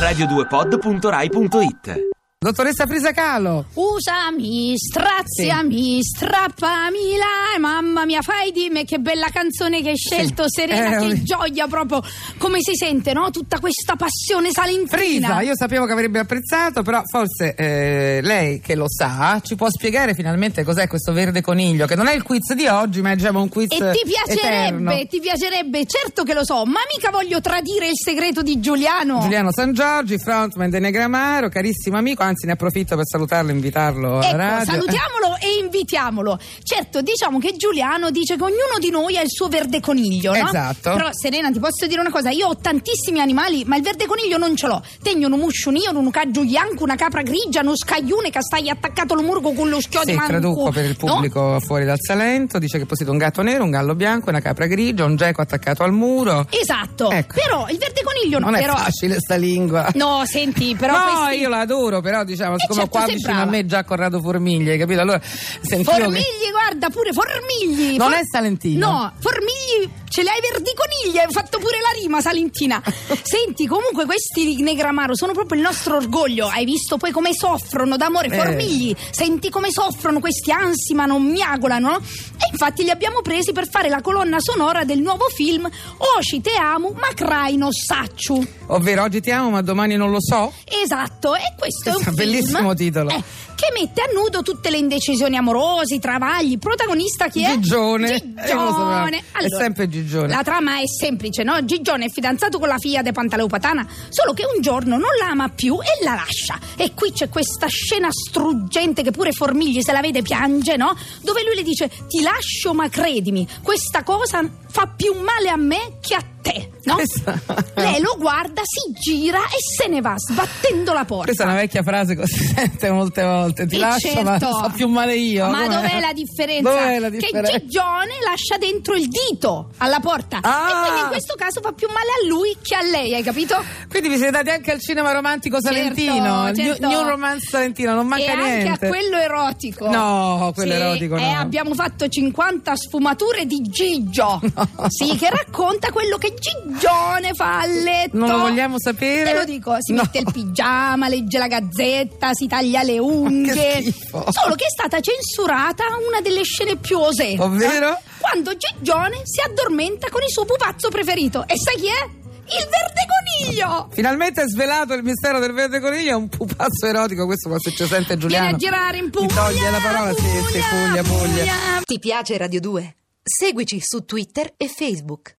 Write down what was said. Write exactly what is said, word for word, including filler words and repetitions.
radio due pod punto rai punto it. Dottoressa Frisacalo, usami, straziami, sì. strappami là, mamma mia, fai di me che bella canzone che hai scelto, sì. Serena, eh, che gioia proprio, come si sente, no? Tutta questa passione salentina. Frisa, io sapevo che avrebbe apprezzato, però forse eh, lei che lo sa ci può spiegare finalmente cos'è questo verde coniglio, che non è il quiz di oggi, ma è diciamo un quiz eterno. E ti piacerebbe, eterno. ti piacerebbe, certo che lo so, ma mica voglio tradire il segreto di Giuliano. Giuliano San Giorgi, frontman di Negramaro, carissimo amico. Anzi, ne approfitto per salutarlo e invitarlo ecco, alla radio. Salutiamolo e invitiamolo. Certo, diciamo che Giuliano dice che ognuno di noi ha il suo verde coniglio, no? Esatto. Però Serena, ti posso dire una cosa, io ho tantissimi animali, ma il verde coniglio non ce l'ho. Tengo un musciunio, un caggiu bianco, una capra grigia, uno scaglione che stai attaccato al muro con lo schiodo. Sì, manco. traduco per il pubblico, no? Fuori dal Salento, dice che possiede un gatto nero, un gallo bianco, una capra grigia, un geco attaccato al muro. Esatto, ecco. Però il verde coniglio no. Non però... è facile sta lingua. No, senti, però no, questi... io la adoro, però diciamo, siccome certo, qua vicino a me già Corrado Formigli, hai capito? Allora sentivo Formigli, che... guarda, pure Formigli. Non For... è salentino? No, Formigli, ce li hai verdi conigli, hai fatto pure la rima salentina. Senti, comunque questi di Negramaro sono proprio il nostro orgoglio. Hai visto poi come soffrono d'amore, eh. Formigli, senti come soffrono questi ansi ma non miagolano. E infatti li abbiamo presi per fare la colonna sonora del nuovo film Oci te amo ma crai non sacciu, ovvero oggi ti amo ma domani non lo so. Esatto, e questo Questo è un bellissimo film titolo eh, che mette a nudo tutte le indecisioni amorose, i travagli. Protagonista chi è? Gigione. Gigione. Eh, allora, è sempre Gigione. La trama è semplice, no? Gigione è fidanzato con la figlia di Pantaleopatana, solo che un giorno non la ama più e la lascia. E qui c'è questa scena struggente che pure Formigli se la vede piange, no? Dove lui le dice: ti lascio ma credimi, questa cosa fa più male a me che a te, no? Questa... Lei lo guarda, si gira e se ne va sbattendo la porta. Questa è una vecchia frase che si sente molte volte. Ti e lascio certo. ma fa più male io. Ma Com'è? dov'è la differenza? Dov'è la differenza? Che Gigione lascia dentro il dito alla porta ah. e quindi in questo caso fa più male a lui che a lei, hai capito? Quindi vi siete dati anche al cinema romantico salentino, certo, certo. New, new Romance salentino, non manca e niente. E anche a quello erotico. No, quello sì, erotico no. E abbiamo fatto cinquanta sfumature di Gigio. No. Sì, che racconta quello che Gigione fa a letto. Non lo vogliamo sapere? Te lo dico, si no. mette il pigiama, legge la Gazzetta, si taglia le unghie. Che schifo. Solo che è stata censurata una delle scene più osette. Ovvero? Quando Gigione si addormenta con il suo pupazzo preferito. E sai chi è? Il verde coniglio! Finalmente è svelato il mistero del verde coniglio, è un pupazzo erotico, questo quando ci sente Giuliano. Viene a girare in Puglia. Mi toglie la parola, sì, sì, Puglia, Puglia. Ti piace Radio due? Seguici su Twitter e Facebook.